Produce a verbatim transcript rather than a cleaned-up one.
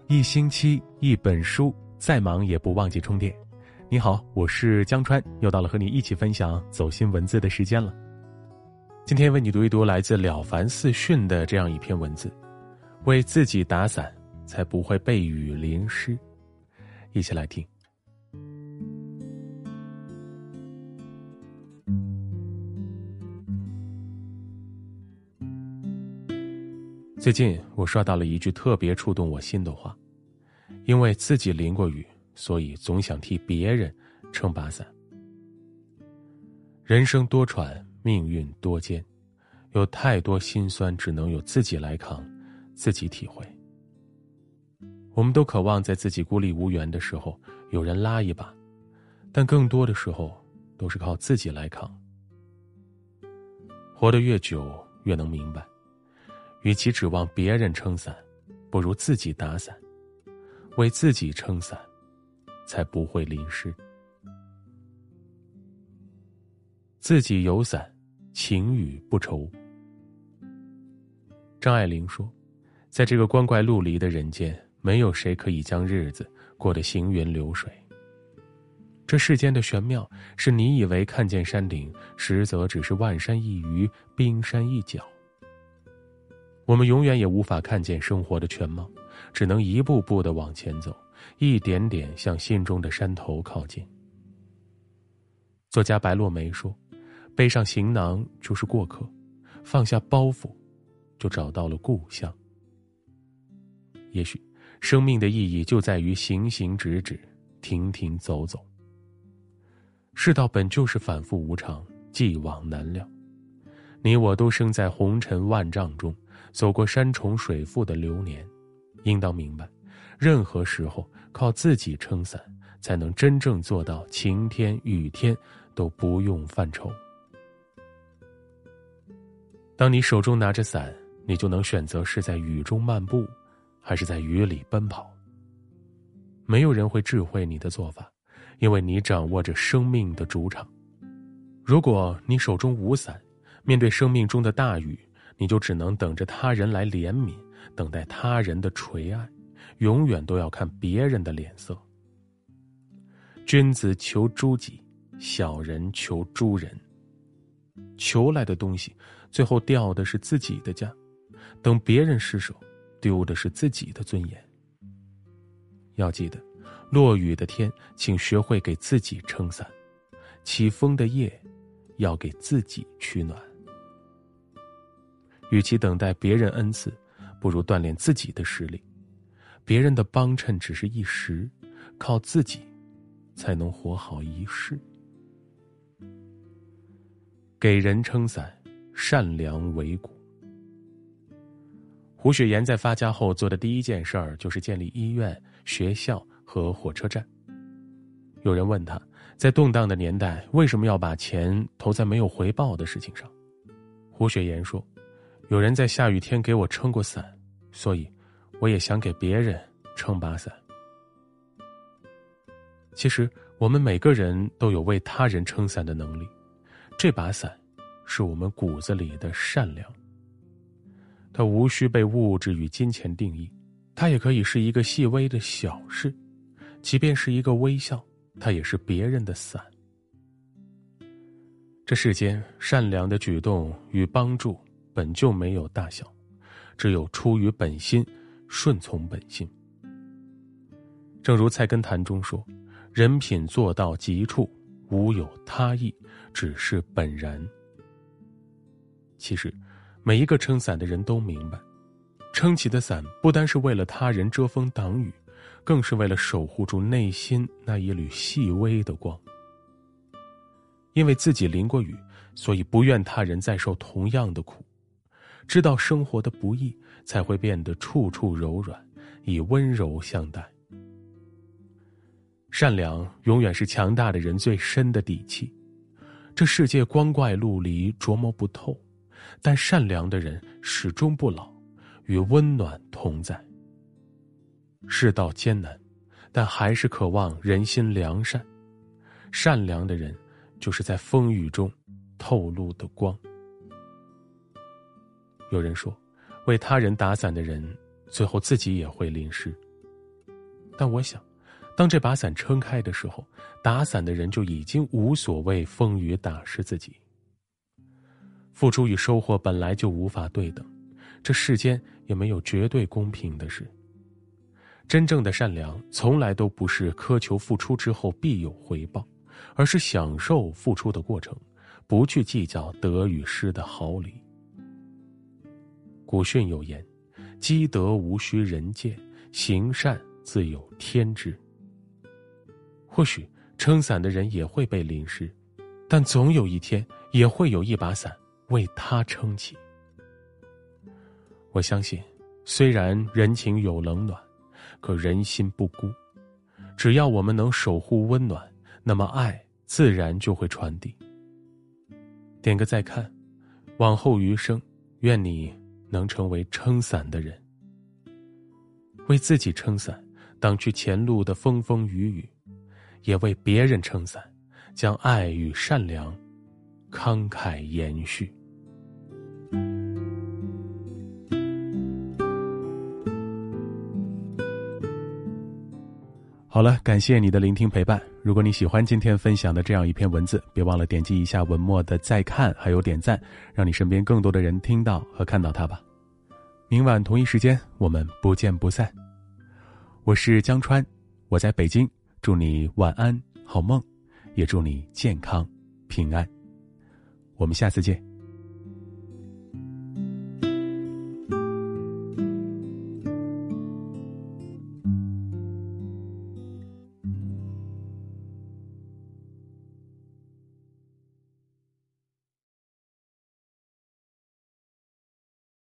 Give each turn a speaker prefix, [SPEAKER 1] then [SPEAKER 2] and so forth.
[SPEAKER 1] 一星期一本书，再忙也不忘记充电。你好，我是江川，又到了和你一起分享走心文字的时间了。今天为你读一读来自了凡四训的这样一篇文字：为自己打伞，才不会被雨淋湿。一起来听。最近我刷到了一句特别触动我心的话，因为自己淋过雨，所以总想替别人撑把伞。人生多舛，命运多艰，有太多辛酸只能由自己来扛，自己体会。我们都渴望在自己孤立无援的时候有人拉一把，但更多的时候都是靠自己来扛。活得越久，越能明白，与其指望别人撑伞，不如自己打伞，为自己撑伞，才不会淋湿。自己有伞，晴雨不愁。张爱玲说，在这个光怪陆离的人间，没有谁可以将日子过得行云流水。这世间的玄妙，是你以为看见山顶，实则只是万山一隅，冰山一角。我们永远也无法看见生活的全貌，只能一步步地往前走，一点点向心中的山头靠近。作家白落梅说，背上行囊就是过客，放下包袱就找到了故乡。也许生命的意义就在于行行止止，停停走走。世道本就是反复无常，既往难料。你我都生在红尘万丈中，走过山重水复的流年，应当明白，任何时候靠自己撑伞，才能真正做到晴天雨天都不用犯愁。当你手中拿着伞，你就能选择是在雨中漫步，还是在雨里奔跑。没有人会智慧你的做法，因为你掌握着生命的主场。如果你手中无伞，面对生命中的大雨，你就只能等着他人来怜悯，等待他人的垂爱，永远都要看别人的脸色。君子求诸己，小人求诸人。求来的东西，最后掉的是自己的家，等别人失手，丢的是自己的尊严。要记得，落雨的天，请学会给自己撑伞；起风的夜，要给自己取暖。与其等待别人恩赐，不如锻炼自己的实力。别人的帮衬只是一时，靠自己才能活好一世。给人撑伞，善良为骨。胡雪岩在发家后做的第一件事儿就是建立医院、学校和火车站。有人问他，在动荡的年代，为什么要把钱投在没有回报的事情上？胡雪岩说，有人在下雨天给我撑过伞，所以我也想给别人撑把伞。其实我们每个人都有为他人撑伞的能力，这把伞是我们骨子里的善良。它无需被物质与金钱定义，它也可以是一个细微的小事，即便是一个微笑，它也是别人的伞。这世间善良的举动与帮助本就没有大小，只有出于本心，顺从本心。正如菜根谭中说，人品做到极处，无有他意，只是本然。其实每一个撑伞的人都明白，撑起的伞不单是为了他人遮风挡雨，更是为了守护住内心那一缕细微的光。因为自己淋过雨，所以不愿他人再受同样的苦。知道生活的不易，才会变得处处柔软，以温柔相待。善良永远是强大的人最深的底气。这世界光怪陆离，琢磨不透，但善良的人始终不老，与温暖同在。世道艰难，但还是渴望人心良善。善良的人，就是在风雨中透露的光。有人说，为他人打伞的人，最后自己也会淋湿。 但我想，当这把伞撑开的时候，打伞的人就已经无所谓风雨打湿自己。付出与收获本来就无法对等，这世间也没有绝对公平的事。真正的善良从来都不是苛求付出之后必有回报，而是享受付出的过程，不去计较得与失的毫厘。古训有言，积德无需人见，行善自有天知。或许撑伞的人也会被淋湿，但总有一天也会有一把伞为他撑起。我相信，虽然人情有冷暖，可人心不孤。只要我们能守护温暖，那么爱自然就会传递。点个再看，往后余生，愿你能成为撑伞的人。为自己撑伞，挡去前路的风风雨雨，也为别人撑伞，将爱与善良慷慨延续。好了，感谢你的聆听陪伴。如果你喜欢今天分享的这样一篇文字，别忘了点击一下文末的再看还有点赞，让你身边更多的人听到和看到它吧。明晚同一时间我们不见不散。我是江川，我在北京，祝你晚安好梦，也祝你健康平安。我们下次见。